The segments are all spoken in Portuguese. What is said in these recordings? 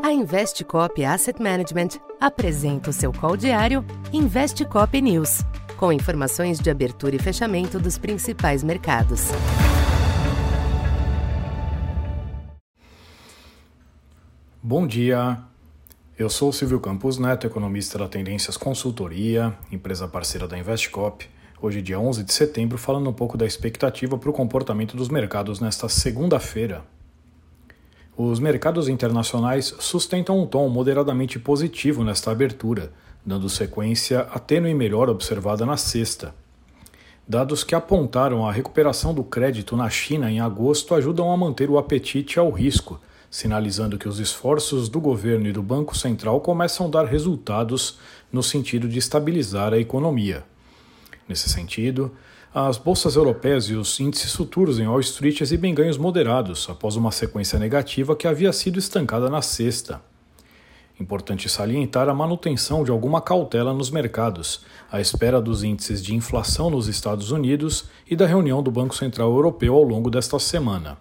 A Investcop Asset Management apresenta o seu call diário Investcop News, com informações de abertura e fechamento dos principais mercados. Bom dia, eu sou o Silvio Campos Neto, economista da Tendências Consultoria, empresa parceira da Investcop. Hoje, dia 11 de setembro, falando um pouco da expectativa para o comportamento dos mercados nesta segunda-feira. Os mercados internacionais sustentam um tom moderadamente positivo nesta abertura, dando sequência à tênue melhora observada na sexta. Dados que apontaram a recuperação do crédito na China em agosto ajudam a manter o apetite ao risco, sinalizando que os esforços do governo e do Banco Central começam a dar resultados no sentido de estabilizar a economia. Nesse sentido, as bolsas europeias e os índices futuros em Wall Street exibem ganhos moderados após uma sequência negativa que havia sido estancada na sexta. Importante salientar a manutenção de alguma cautela nos mercados, à espera dos índices de inflação nos Estados Unidos e da reunião do Banco Central Europeu ao longo desta semana.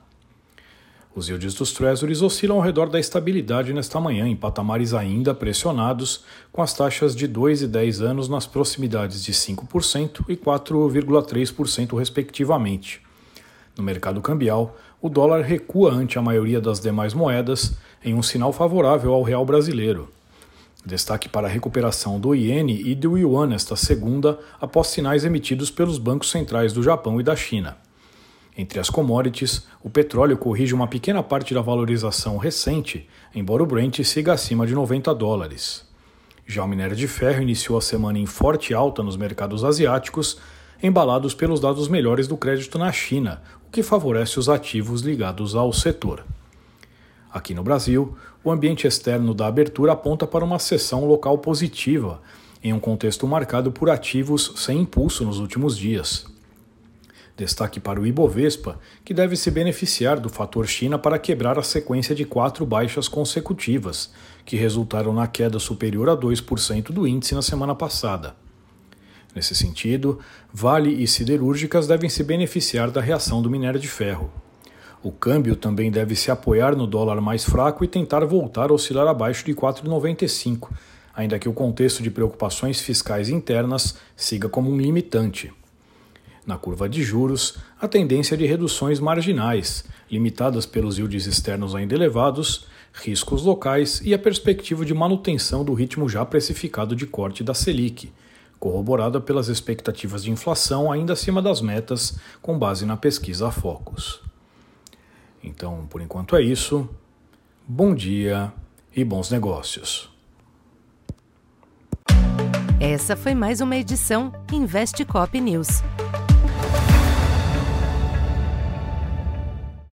Os yields dos Treasuries oscilam ao redor da estabilidade nesta manhã, em patamares ainda pressionados, com as taxas de 2 e 10 anos nas proximidades de 5% e 4,3% respectivamente. No mercado cambial, o dólar recua ante a maioria das demais moedas, em um sinal favorável ao real brasileiro. Destaque para a recuperação do iene e do yuan nesta segunda, após sinais emitidos pelos bancos centrais do Japão e da China. Entre as commodities, o petróleo corrige uma pequena parte da valorização recente, embora o Brent siga acima de $90. Já o minério de ferro iniciou a semana em forte alta nos mercados asiáticos, embalados pelos dados melhores do crédito na China, o que favorece os ativos ligados ao setor. Aqui no Brasil, o ambiente externo da abertura aponta para uma sessão local positiva, em um contexto marcado por ativos sem impulso nos últimos dias. Destaque para o Ibovespa, que deve se beneficiar do fator China para quebrar a sequência de 4 baixas consecutivas, que resultaram na queda superior a 2% do índice na semana passada. Nesse sentido, Vale e siderúrgicas devem se beneficiar da reação do minério de ferro. O câmbio também deve se apoiar no dólar mais fraco e tentar voltar a oscilar abaixo de 4,95, ainda que o contexto de preocupações fiscais internas siga como um limitante. Na curva de juros, a tendência é de reduções marginais, limitadas pelos yields externos ainda elevados, riscos locais e a perspectiva de manutenção do ritmo já precificado de corte da Selic, corroborada pelas expectativas de inflação ainda acima das metas, com base na pesquisa Focus. Então, por enquanto é isso. Bom dia e bons negócios. Essa foi mais uma edição Investcop News.